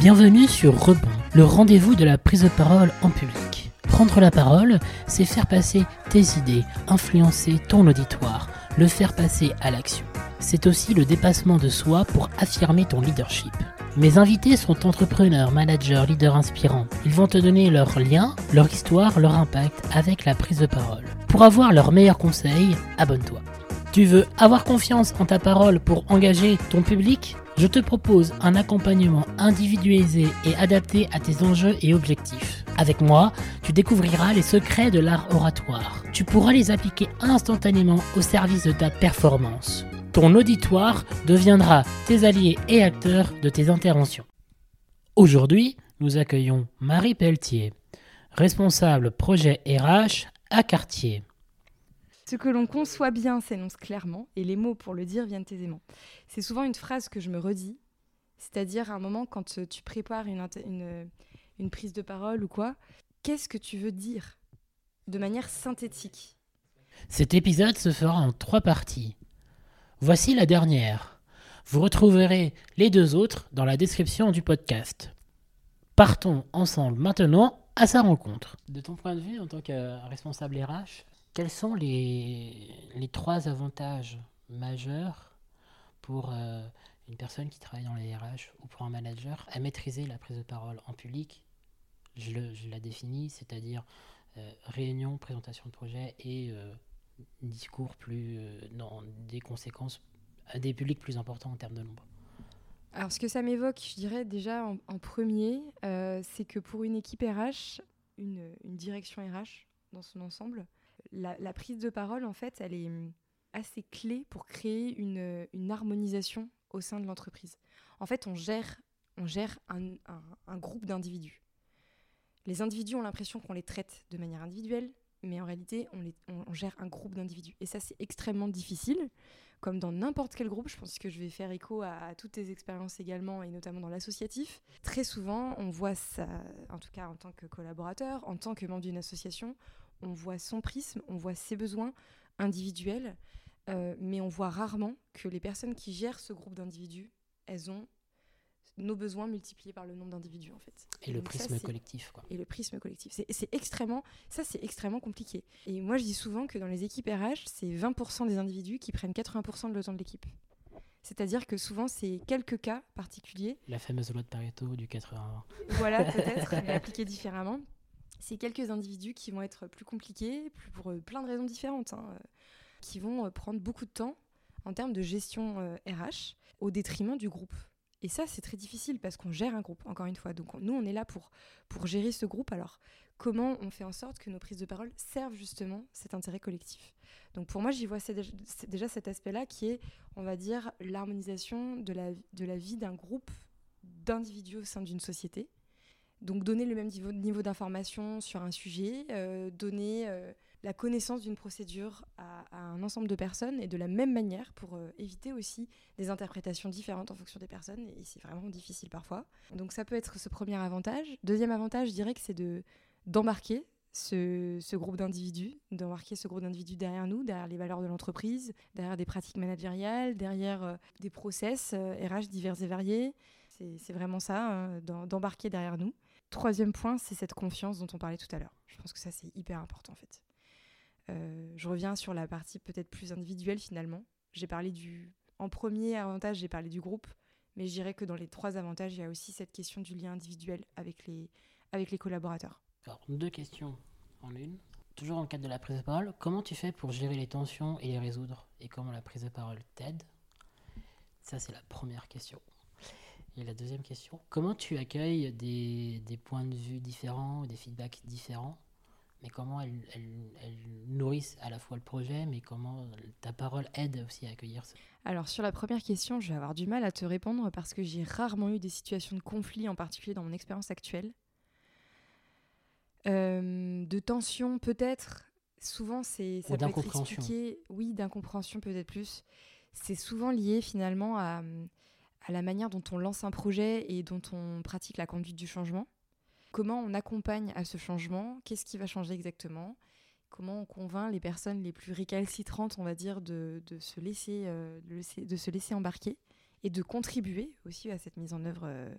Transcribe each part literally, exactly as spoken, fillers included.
Bienvenue sur Rebond, le rendez-vous de la prise de parole en public. Prendre la parole, c'est faire passer tes idées, influencer ton auditoire, le faire passer à l'action. C'est aussi le dépassement de soi pour affirmer ton leadership. Mes invités sont entrepreneurs, managers, leaders inspirants. Ils vont te donner leurs liens, leur histoire, leur impact avec la prise de parole. Pour avoir leurs meilleurs conseils, abonne-toi. Tu veux avoir confiance en ta parole pour engager ton public ? Je te propose un accompagnement individualisé et adapté à tes enjeux et objectifs. Avec moi, tu découvriras les secrets de l'art oratoire. Tu pourras les appliquer instantanément au service de ta performance. Ton auditoire deviendra tes alliés et acteurs de tes interventions. Aujourd'hui, nous accueillons Marie Pelletier, responsable projet R H à Cartier. Ce que l'on conçoit bien s'énonce clairement et les mots pour le dire viennent aisément. C'est souvent une phrase que je me redis, c'est-à-dire à un moment quand tu prépares une, une, une prise de parole ou quoi, qu'est-ce que tu veux dire de manière synthétique ? Cet épisode se fera en trois parties. Voici la dernière. Vous retrouverez les deux autres dans la description du podcast. Partons ensemble maintenant à sa rencontre. De ton point de vue en tant que responsable R H, quels sont les, les trois avantages majeurs pour euh, une personne qui travaille dans les R H ou pour un manager à maîtriser la prise de parole en public ? Je, le, je la définis, c'est-à-dire euh, réunion, présentation de projet et euh, discours plus euh, dans des conséquences à des publics plus importants en termes de nombre. Alors ce que ça m'évoque, je dirais déjà en, en premier, euh, c'est que pour une équipe R H, une, une direction R H dans son ensemble, La, la prise de parole, en fait, elle est assez clé pour créer une, une harmonisation au sein de l'entreprise. En fait, on gère, on gère un, un, un groupe d'individus. Les individus ont l'impression qu'on les traite de manière individuelle, mais en réalité, on, les, on, on gère un groupe d'individus. Et ça, c'est extrêmement difficile, comme dans n'importe quel groupe. Je pense que je vais faire écho à, à toutes tes expériences également, et notamment dans l'associatif. Très souvent, on voit ça, en tout cas en tant que collaborateur, en tant que membre d'une association, on voit son prisme, on voit ses besoins individuels, euh, mais on voit rarement que les personnes qui gèrent ce groupe d'individus, elles ont nos besoins multipliés par le nombre d'individus, en fait. Et, et le prisme ça, collectif, quoi. Et le prisme collectif. C'est, c'est extrêmement, ça, c'est extrêmement compliqué. Et moi, je dis souvent que dans les équipes R H, c'est vingt pour cent des individus qui prennent quatre-vingts pour cent de le temps de l'équipe. C'est-à-dire que souvent, c'est quelques cas particuliers. La fameuse loi de Pareto du quatre-vingts vingt. Voilà, peut-être, mais appliquée différemment. C'est quelques individus qui vont être plus compliqués, plus pour euh, plein de raisons différentes, hein, euh, qui vont euh, prendre beaucoup de temps en termes de gestion euh, R H au détriment du groupe. Et ça, c'est très difficile parce qu'on gère un groupe, encore une fois. Donc on, nous, on est là pour, pour gérer ce groupe. Alors, comment on fait en sorte que nos prises de parole servent justement cet intérêt collectif ? Donc pour moi, j'y vois c'est déjà, c'est déjà cet aspect-là qui est, on va dire, l'harmonisation de la, de la vie d'un groupe d'individus au sein d'une société. Donc donner le même niveau, niveau d'information sur un sujet, euh, donner euh, la connaissance d'une procédure à, à un ensemble de personnes et de la même manière pour euh, éviter aussi des interprétations différentes en fonction des personnes, et c'est vraiment difficile parfois. Donc ça peut être ce premier avantage. Deuxième avantage, je dirais que c'est de, d'embarquer ce, ce groupe d'individus, d'embarquer ce groupe d'individus derrière nous, derrière les valeurs de l'entreprise, derrière des pratiques managériales, derrière euh, des process euh, R H divers et variés. C'est, c'est vraiment ça, hein, d'embarquer derrière nous. Troisième point, c'est cette confiance dont on parlait tout à l'heure. Je pense que ça, c'est hyper important, en fait. Euh, je reviens sur la partie peut-être plus individuelle, finalement. J'ai parlé du... En premier avantage, j'ai parlé du groupe, mais je dirais que dans les trois avantages, il y a aussi cette question du lien individuel avec les, avec les collaborateurs. Alors, deux questions en une. Toujours dans le cadre de la prise de parole, comment tu fais pour gérer les tensions et les résoudre ? Et comment la prise de parole t'aide ? Ça, c'est la première question. Et la deuxième question, comment tu accueilles des, des points de vue différents, des feedbacks différents, mais comment elles, elles, elles nourrissent à la fois le projet, mais comment ta parole aide aussi à accueillir ça ? Alors sur la première question, je vais avoir du mal à te répondre parce que j'ai rarement eu des situations de conflit, en particulier dans mon expérience actuelle. Euh, de tension peut-être, souvent c'est, ça Ou peut être expliqué, oui, d'incompréhension peut-être plus. C'est souvent lié finalement à... à la manière dont on lance un projet et dont on pratique la conduite du changement. Comment on accompagne à ce changement ? Qu'est-ce qui va changer exactement ? Comment on convainc les personnes les plus récalcitrantes, on va dire, de, de, se, laisser, euh, de, laisser, de se laisser embarquer et de contribuer aussi à cette mise en œuvre euh,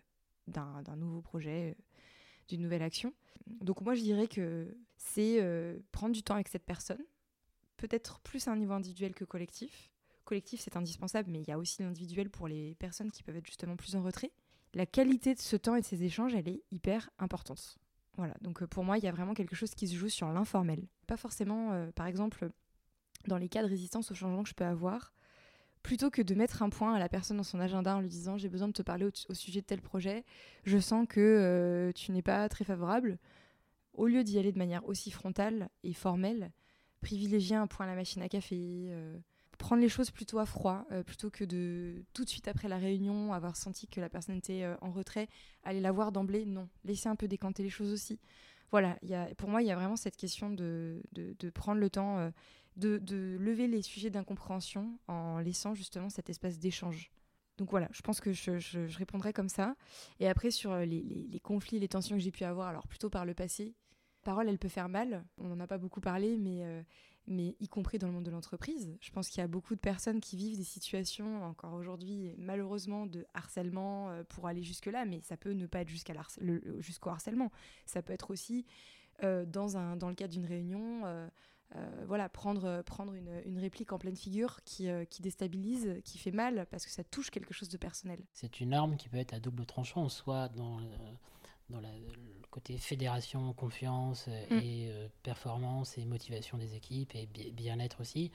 d'un, d'un nouveau projet, euh, d'une nouvelle action. Donc moi, je dirais que c'est euh, prendre du temps avec cette personne, peut-être plus à un niveau individuel que collectif. Collectif, c'est indispensable, mais il y a aussi l'individuel pour les personnes qui peuvent être justement plus en retrait. La qualité de ce temps et de ces échanges, elle est hyper importante. Voilà, donc euh, pour moi, il y a vraiment quelque chose qui se joue sur l'informel. Pas forcément, euh, par exemple, dans les cas de résistance au changement que je peux avoir, plutôt que de mettre un point à la personne dans son agenda en lui disant « j'ai besoin de te parler au, au sujet de tel projet, je sens que euh, tu n'es pas très favorable », au lieu d'y aller de manière aussi frontale et formelle, privilégier un point à la machine à café, euh, prendre les choses plutôt à froid, euh, plutôt que de tout de suite après la réunion avoir senti que la personne était euh, en retrait, aller la voir d'emblée, non, laisser un peu décanter les choses aussi. Voilà, y a, pour moi, il y a vraiment cette question de, de, de prendre le temps, euh, de, de lever les sujets d'incompréhension en laissant justement cet espace d'échange. Donc voilà, je pense que je, je, je répondrai comme ça. Et après, sur les, les, les conflits, les tensions que j'ai pu avoir, alors plutôt par le passé, la parole, elle peut faire mal. On n'en a pas beaucoup parlé, mais, euh, mais y compris dans le monde de l'entreprise. Je pense qu'il y a beaucoup de personnes qui vivent des situations, encore aujourd'hui, malheureusement, de harcèlement euh, pour aller jusque-là, mais ça peut ne pas être jusqu'à l'harc- le, jusqu'au harcèlement. Ça peut être aussi, euh, dans, un, dans le cadre d'une réunion, euh, euh, voilà, prendre, prendre une, une réplique en pleine figure qui, euh, qui déstabilise, qui fait mal, parce que ça touche quelque chose de personnel. C'est une arme qui peut être à double tranchant, soit dans... Euh... dans la, le côté fédération, confiance mm. et euh, performance et motivation des équipes et bi- bien-être aussi,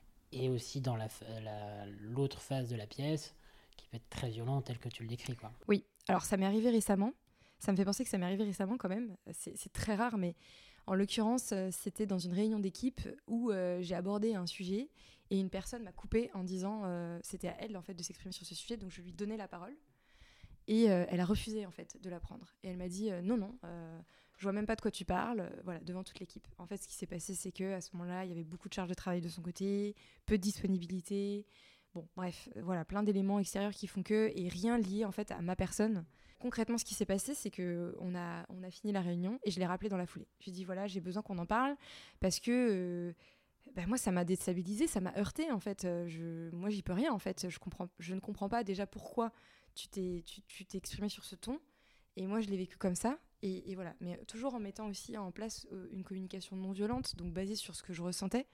et aussi dans la, la, l'autre phase de la pièce qui peut être très violente telle que tu le décris, quoi. Oui, alors ça m'est arrivé récemment, ça me fait penser que ça m'est arrivé récemment quand même, c'est, c'est très rare, mais en l'occurrence c'était dans une réunion d'équipe où euh, j'ai abordé un sujet et une personne m'a coupé en disant, euh, c'était à elle en fait de s'exprimer sur ce sujet, donc je lui donnais la parole. Et euh, elle a refusé en fait de la prendre. Et elle m'a dit euh, non, non, euh, je vois même pas de quoi tu parles, euh, voilà, devant toute l'équipe. En fait, ce qui s'est passé, c'est qu'à ce moment-là, il y avait beaucoup de charges de travail de son côté, peu de disponibilité. Bon, bref, euh, voilà, plein d'éléments extérieurs qui font que, et rien lié en fait à ma personne. Concrètement, ce qui s'est passé, c'est qu'on a, on a fini la réunion et je l'ai rappelé dans la foulée. J'ai dit voilà, j'ai besoin qu'on en parle parce que. Euh, bah moi, ça m'a déstabilisée, ça m'a heurtée en fait. Euh, je, moi, j'y peux rien en fait. Je, comprends, je ne comprends pas déjà pourquoi tu t'es, tu, tu t'es exprimé sur ce ton. Et moi, je l'ai vécu comme ça. Et, et voilà. Mais toujours en mettant aussi en place euh, une communication non violente, donc basée sur ce que je ressentais.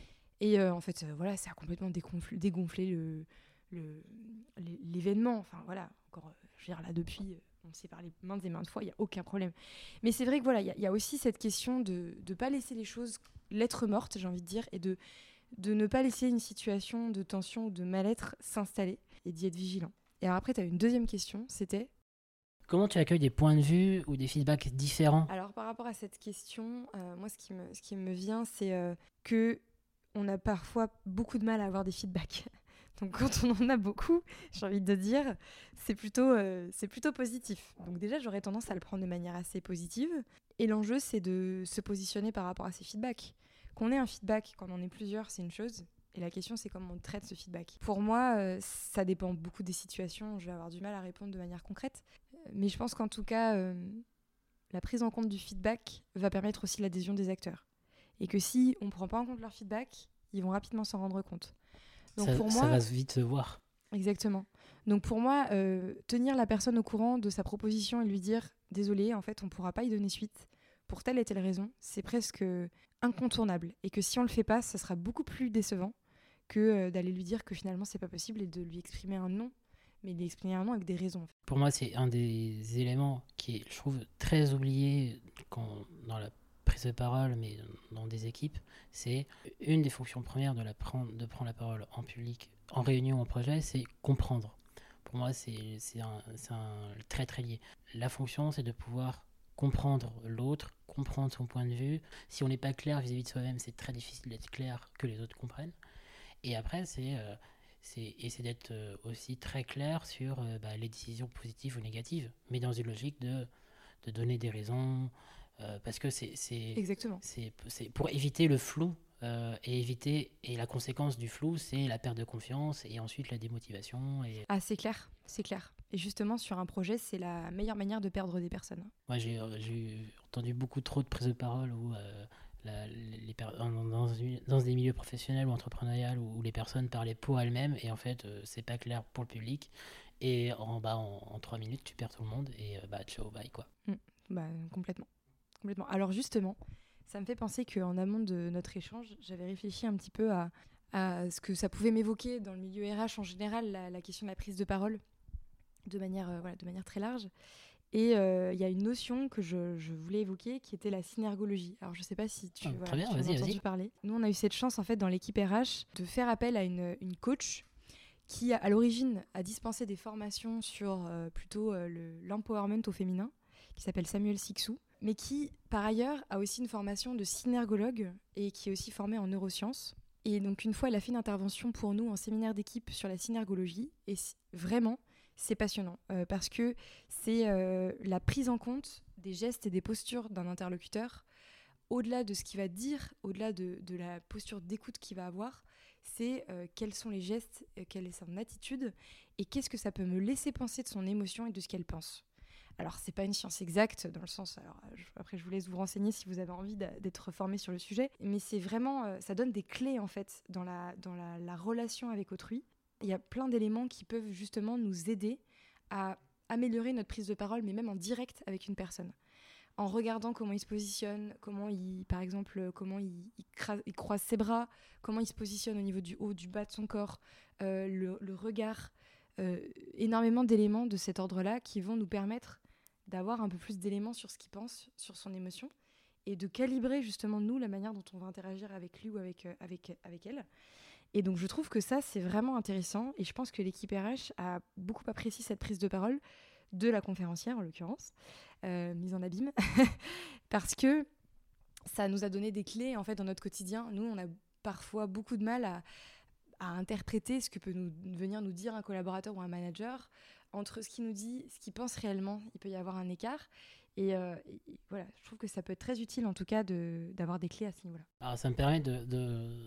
Et euh, en fait, euh, voilà, ça a complètement dégonflé, dégonflé le, le, l'événement. Enfin, voilà. Encore, euh, je veux dire, là, depuis, euh, on s'est parlé maintes et maintes fois, il n'y a aucun problème. Mais c'est vrai que voilà, il y, y a aussi cette question de ne pas laisser les choses lettre morte, j'ai envie de dire, et de, de ne pas laisser une situation de tension ou de mal-être s'installer et d'y être vigilant. Et alors après, tu as une deuxième question, c'était... Comment tu accueilles des points de vue ou des feedbacks différents ? Alors par rapport à cette question, euh, moi ce qui me, ce qui me vient, c'est euh, que on a parfois beaucoup de mal à avoir des feedbacks. Donc quand on en a beaucoup, j'ai envie de dire, c'est plutôt, euh, c'est plutôt positif. Donc déjà, j'aurais tendance à le prendre de manière assez positive. Et l'enjeu, c'est de se positionner par rapport à ces feedbacks. Qu'on ait un feedback, quand on est plusieurs, c'est une chose. Et la question, c'est comment on traite ce feedback. Pour moi, euh, ça dépend beaucoup des situations. Je vais avoir du mal à répondre de manière concrète. Mais je pense qu'en tout cas, euh, la prise en compte du feedback va permettre aussi l'adhésion des acteurs. Et que si on ne prend pas en compte leur feedback, ils vont rapidement s'en rendre compte. Donc ça, pour moi, ça va vite se voir. Exactement. Donc pour moi, euh, tenir la personne au courant de sa proposition et lui dire « Désolé, en fait, on ne pourra pas y donner suite pour telle et telle raison », c'est presque incontournable. Et que si on ne le fait pas, ça sera beaucoup plus décevant que euh, d'aller lui dire que finalement, c'est pas possible et de lui exprimer un non, mais d'exprimer un non avec des raisons. En fait. Pour moi, c'est un des éléments qui est, je trouve, très oublié quand, dans la prise de parole, mais dans des équipes, c'est une des fonctions premières de, la prendre, de prendre la parole en public, en réunion, en projet, c'est comprendre. Pour moi, c'est, c'est, un, c'est un très très lié. La fonction, c'est de pouvoir comprendre l'autre, comprendre son point de vue. Si on n'est pas clair vis-à-vis de soi-même, c'est très difficile d'être clair que les autres comprennent. Et après, c'est, euh, c'est essayer d'être euh, aussi très clair sur euh, bah, les décisions positives ou négatives, mais dans une logique de, de donner des raisons, euh, parce que c'est, c'est, Exactement. c'est, c'est pour éviter le flou, euh, et éviter, et la conséquence du flou, c'est la perte de confiance et ensuite la démotivation. Et... Ah, c'est clair, c'est clair. Et justement, sur un projet, c'est la meilleure manière de perdre des personnes. Moi, j'ai, j'ai entendu beaucoup trop de prises de parole où... Euh, La, les, dans, dans, dans des milieux professionnels ou entrepreneuriales où, où les personnes parlaient pour elles-mêmes et en fait euh, c'est pas clair pour le public Et en, bah, en, en trois minutes, tu perds tout le monde et euh, bah, ciao, bye, quoi. Mmh, bah, complètement. complètement. Alors justement, ça me fait penser qu'en amont de notre échange, j'avais réfléchi un petit peu à, à ce que ça pouvait m'évoquer dans le milieu R H en général, la, la question de la prise de parole, de manière, euh, voilà, de manière très large. Et il euh, y a une notion que je, je voulais évoquer qui était la synergologie. Alors je ne sais pas si tu, Ah, voilà, très bien, tu en as vas-y, entendu vas-y. parler. Nous, on a eu cette chance en fait dans l'équipe R H de faire appel à une, une coach qui, à l'origine, a dispensé des formations sur euh, plutôt euh, le, l'empowerment au féminin, qui s'appelle Samuel Sixou, mais qui, par ailleurs, a aussi une formation de synergologue et qui est aussi formée en neurosciences. Et donc, une fois, elle a fait une intervention pour nous en séminaire d'équipe sur la synergologie. Et c- vraiment, c'est passionnant euh, parce que c'est euh, la prise en compte des gestes et des postures d'un interlocuteur, au-delà de ce qu'il va dire, au-delà de, de la posture d'écoute qu'il va avoir, c'est euh, quels sont les gestes, euh, quelle est son attitude et qu'est-ce que ça peut me laisser penser de son émotion et de ce qu'elle pense. Alors, c'est pas une science exacte dans le sens. Alors, je, après, je vous laisse vous renseigner si vous avez envie d'a- d'être formé sur le sujet, mais c'est vraiment, euh, ça donne des clés en fait dans la dans la, la relation avec autrui. Il y a plein d'éléments qui peuvent justement nous aider à améliorer notre prise de parole, mais même en direct avec une personne. En regardant comment il se positionne, comment il, par exemple, comment il, il, cra- il croise ses bras, comment il se positionne au niveau du haut, du bas de son corps, euh, le, le regard, euh, énormément d'éléments de cet ordre-là qui vont nous permettre d'avoir un peu plus d'éléments sur ce qu'il pense, sur son émotion, et de calibrer justement, nous, la manière dont on va interagir avec lui ou avec, euh, avec, avec elle. Et donc, je trouve que ça, c'est vraiment intéressant. Et je pense que l'équipe R H a beaucoup apprécié cette prise de parole de la conférencière, en l'occurrence, euh, mise en abîme, parce que ça nous a donné des clés, en fait, dans notre quotidien. Nous, on a parfois beaucoup de mal à, à interpréter ce que peut nous, venir nous dire un collaborateur ou un manager. Entre ce qu'il nous dit, ce qu'il pense réellement, il peut y avoir un écart. Et, euh, et voilà, je trouve que ça peut être très utile, en tout cas, de, d'avoir des clés à ce niveau-là. Alors, ça me permet de, de,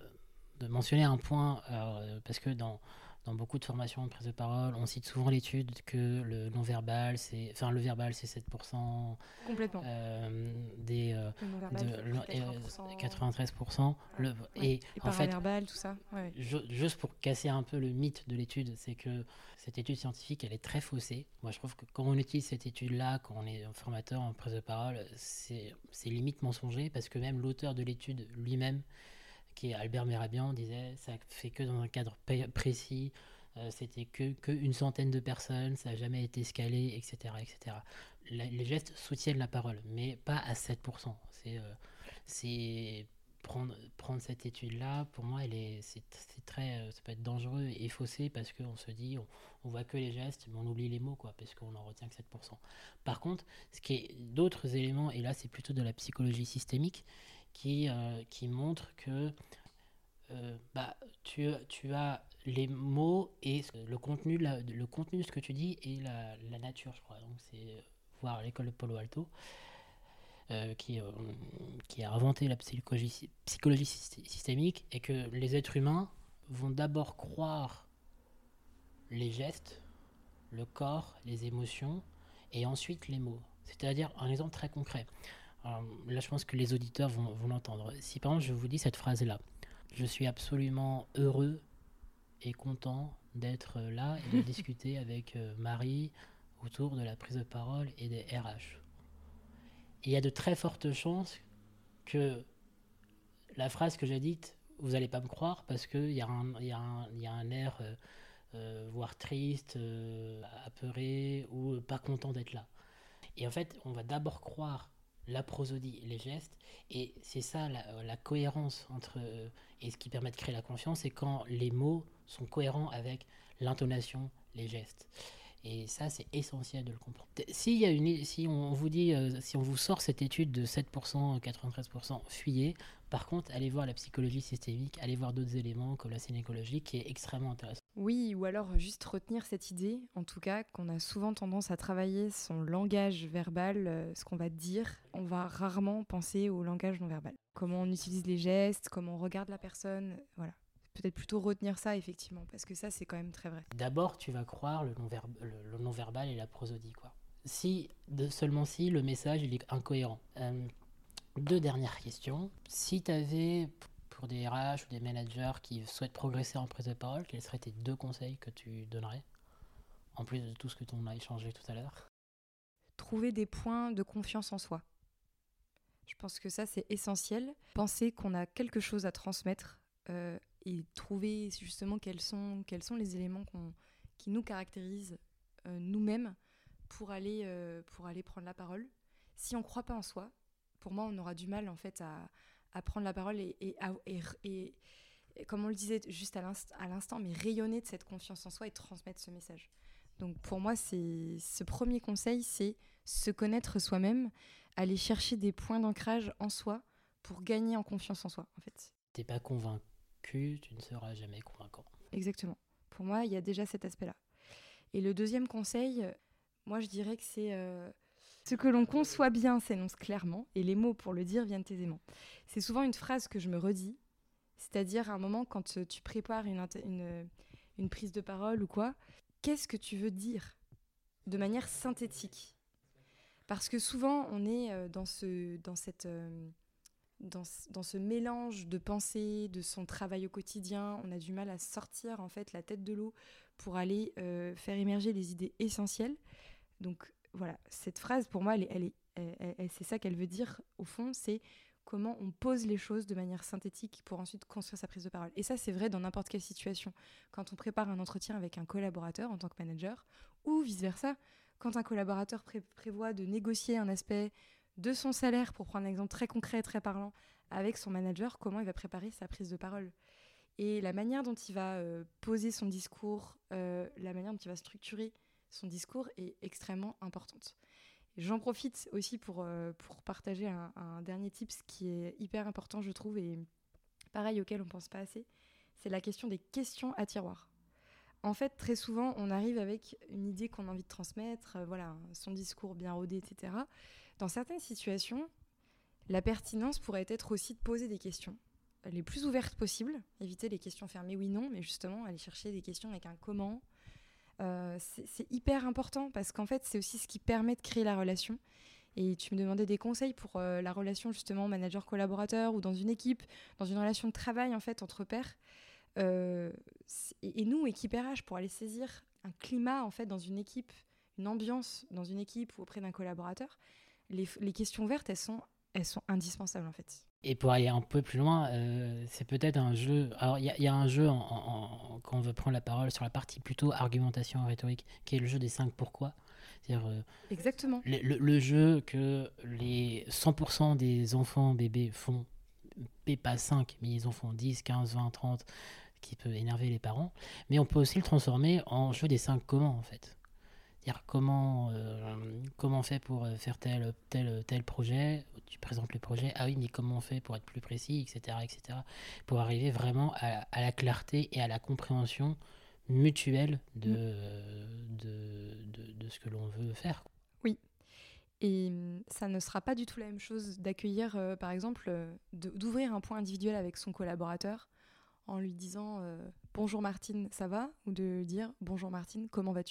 de mentionner un point, alors, euh, parce que dans, dans beaucoup de formations de prise de parole, on cite souvent l'étude que le non-verbal, c'est, enfin le verbal, c'est sept pour cent. Complètement. Euh, des, euh, Le non-verbal, de, c'est quatre-vingts pour cent. quatre-vingt-treize pour cent. Le, Ouais. Et, Et en fait, paraverbal, tout ça. Ouais. ju- juste pour casser un peu le mythe de l'étude, c'est que cette étude scientifique, elle est très faussée. Moi, je trouve que quand on utilise cette étude-là, quand on est un formateur en prise de parole, c'est, c'est limite mensonger, parce que même l'auteur de l'étude lui-même, qui est Albert Mehrabian, disait ça fait que dans un cadre p- précis, euh, c'était que, que une centaine de personnes, ça n'a jamais été scalé, et cetera, et cetera. La- les gestes soutiennent la parole, mais pas à sept pour cent. C'est, euh, c'est prendre, prendre cette étude-là, pour moi, elle est, c'est, c'est très, euh, ça peut être dangereux et faussé parce qu'on se dit, on, on voit que les gestes, mais on oublie les mots, quoi, parce qu'on n'en retient que sept pour cent. Par contre, ce qui est d'autres éléments, et là c'est plutôt de la psychologie systémique, qui, euh, qui montre que euh, bah, tu, tu as les mots et le contenu, la, le contenu de ce que tu dis et la, la nature, je crois. Donc c'est voir l'école de Palo Alto, euh, qui, euh, qui a inventé la psychologie, psychologie systémique, et que les êtres humains vont d'abord croire les gestes, le corps, les émotions, et ensuite les mots. C'est-à-dire, un exemple très concret. Alors, là, je pense que les auditeurs vont, vont l'entendre. Si par exemple, je vous dis cette phrase-là, je suis absolument heureux et content d'être là et de discuter avec euh, Marie autour de la prise de parole et des R H. Il y a de très fortes chances que la phrase que j'ai dite, vous n'allez pas me croire parce qu'il y, y, y a un air, euh, euh, voire triste, euh, apeuré ou euh, pas content d'être là. Et en fait, on va d'abord croire la prosodie, les gestes, et c'est ça la, la cohérence entre euh, et ce qui permet de créer la confiance, c'est quand les mots sont cohérents avec l'intonation, les gestes. Et ça, c'est essentiel de le comprendre. Si, y a une, si on vous dit, euh, si on vous sort cette étude de sept pour cent, quatre-vingt-treize pour cent, fuyez. Par contre, allez voir la psychologie systémique, allez voir d'autres éléments comme la synécologie, qui est extrêmement intéressant. Oui, ou alors juste retenir cette idée, en tout cas, qu'on a souvent tendance à travailler son langage verbal, euh, ce qu'on va dire. On va rarement penser au langage non verbal. Comment on utilise les gestes, comment on regarde la personne, voilà. Peut-être plutôt retenir ça, effectivement, parce que ça, c'est quand même très vrai. D'abord, tu vas croire le non-verbal, le, le non-verbal et la prosodie, quoi. Si, de, seulement si, le message il est incohérent. Euh, deux dernières questions. Si tu avais, pour des R H ou des managers qui souhaitent progresser en prise de parole, quels seraient tes deux conseils que tu donnerais en plus de tout ce que on a échangé tout à l'heure? Trouver des points de confiance en soi. Je pense que ça, c'est essentiel. Penser qu'on a quelque chose à transmettre euh, et trouver justement quels sont, quels sont les éléments qu'on, qui nous caractérisent euh, nous-mêmes pour aller, euh, pour aller prendre la parole. Si on ne croit pas en soi, pour moi, on aura du mal en fait à, à prendre la parole et, et, à, et, et, et, comme on le disait juste à, l'inst- à l'instant, mais rayonner de cette confiance en soi et transmettre ce message. Donc pour moi, c'est, ce premier conseil, c'est se connaître soi-même, aller chercher des points d'ancrage en soi pour gagner en confiance en soi, en fait. T'es pas convaincu, tu ne seras jamais convaincant. Exactement. Pour moi, il y a déjà cet aspect-là. Et le deuxième conseil, moi, je dirais que c'est euh, ce que l'on conçoit bien s'énonce clairement, et les mots pour le dire viennent aisément. C'est souvent une phrase que je me redis, c'est-à-dire à un moment quand tu prépares une, une, une prise de parole ou quoi, qu'est-ce que tu veux dire de manière synthétique ? Parce que souvent, on est dans ce, dans, cette, dans, dans ce mélange de pensées, de son travail au quotidien. On a du mal à sortir en fait, la tête de l'eau pour aller euh, faire émerger les idées essentielles. Donc voilà, cette phrase, pour moi, elle est, elle est, elle, elle, c'est ça qu'elle veut dire, au fond, c'est comment on pose les choses de manière synthétique pour ensuite construire sa prise de parole. Et ça, c'est vrai dans n'importe quelle situation. Quand on prépare un entretien avec un collaborateur en tant que manager, ou vice-versa, quand un collaborateur pré- prévoit de négocier un aspect de son salaire, pour prendre un exemple très concret et très parlant, avec son manager, comment il va préparer sa prise de parole. Et la manière dont il va euh, poser son discours, euh, la manière dont il va structurer son discours est extrêmement importante. Et j'en profite aussi pour, euh, pour partager un, un dernier tips qui est hyper important, je trouve, et pareil, auquel on ne pense pas assez, c'est la question des questions à tiroir. En fait, très souvent, on arrive avec une idée qu'on a envie de transmettre, euh, voilà, son discours bien rodé, et cetera. Dans certaines situations, la pertinence pourrait être aussi de poser des questions les plus ouvertes possibles, éviter les questions fermées oui-non, mais justement aller chercher des questions avec un comment. Euh, c'est, c'est hyper important parce qu'en fait, c'est aussi ce qui permet de créer la relation. Et tu me demandais des conseils pour euh, la relation justement manager-collaborateur ou dans une équipe, dans une relation de travail en fait entre pairs. Euh, et, et nous, équipe R H, pour aller saisir un climat en fait dans une équipe, une ambiance dans une équipe ou auprès d'un collaborateur, les, les questions ouvertes, elles sont, elles sont indispensables en fait. Et pour aller un peu plus loin, euh, c'est peut-être un jeu. Alors, il y, y a un jeu en, en, en, quand on veut prendre la parole sur la partie plutôt argumentation rhétorique, qui est le jeu des cinq pourquoi. C'est-à-dire euh, Exactement. Le, le, le jeu que les cent pour cent des enfants bébés font, et pas cinq, mais ils en font dix, quinze, vingt, trente, qui peut énerver les parents. Mais on peut aussi le transformer en jeu des cinq comment, en fait. C'est-à-dire comment, euh, comment on fait pour faire tel, tel, tel projet, tu présentes le projet, ah oui, mais comment on fait pour être plus précis, et cetera, et cetera, pour arriver vraiment à, à la clarté et à la compréhension mutuelle de, mmh. de, de, de ce que l'on veut faire. Oui, et ça ne sera pas du tout la même chose d'accueillir, euh, par exemple, euh, de, d'ouvrir un point individuel avec son collaborateur en lui disant euh, « Bonjour Martine, ça va ?» ou de dire « Bonjour Martine, comment vas-tu ?»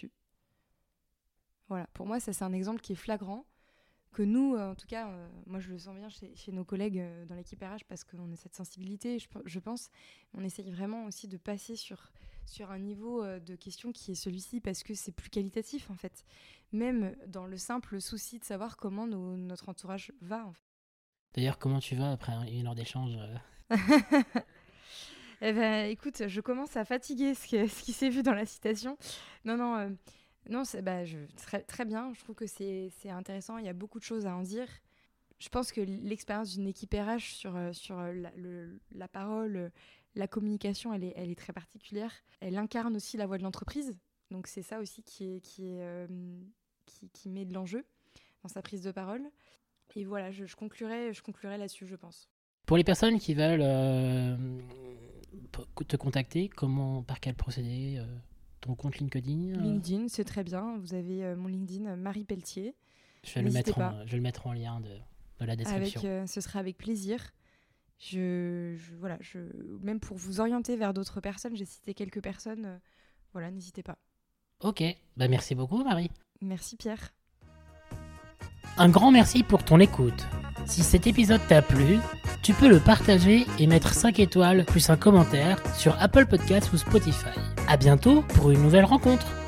Voilà, pour moi, ça c'est un exemple qui est flagrant, que nous, euh, en tout cas, euh, moi je le sens bien chez, chez nos collègues euh, dans l'équipe R H parce qu'on a cette sensibilité, je, je pense. On essaye vraiment aussi de passer sur, sur un niveau euh, de question qui est celui-ci parce que c'est plus qualitatif en fait. Même dans le simple souci de savoir comment nos, notre entourage va en fait. D'ailleurs, comment tu vas après une heure d'échange euh... Eh ben, écoute, je commence à fatiguer ce qui, ce qui s'est vu dans la citation. Non, non... Euh, Non, c'est, bah, je, très, très bien. Je trouve que c'est, c'est intéressant. Il y a beaucoup de choses à en dire. Je pense que l'expérience d'une équipe R H sur, sur la, le, la parole, la communication, elle est, elle est très particulière. Elle incarne aussi la voix de l'entreprise. Donc c'est ça aussi qui, est, qui, est, euh, qui, qui met de l'enjeu dans sa prise de parole. Et voilà, je, je, conclurai, je conclurai là-dessus, je pense. Pour les personnes qui veulent euh, te contacter, comment, par quel procédé euh... Ton compte LinkedIn euh... LinkedIn, c'est très bien. Vous avez euh, mon LinkedIn, euh, Marie Pelletier. Je vais, le mettre en, je vais le mettre en lien de, de la description. Avec, euh, ce sera avec plaisir. Je, je, voilà, je, même pour vous orienter vers d'autres personnes, j'ai cité quelques personnes. Euh, voilà, n'hésitez pas. Ok, bah merci beaucoup Marie. Merci Pierre. Un grand merci pour ton écoute. Si cet épisode t'a plu, tu peux le partager et mettre cinq étoiles plus un commentaire sur Apple Podcasts ou Spotify. À bientôt pour une nouvelle rencontre.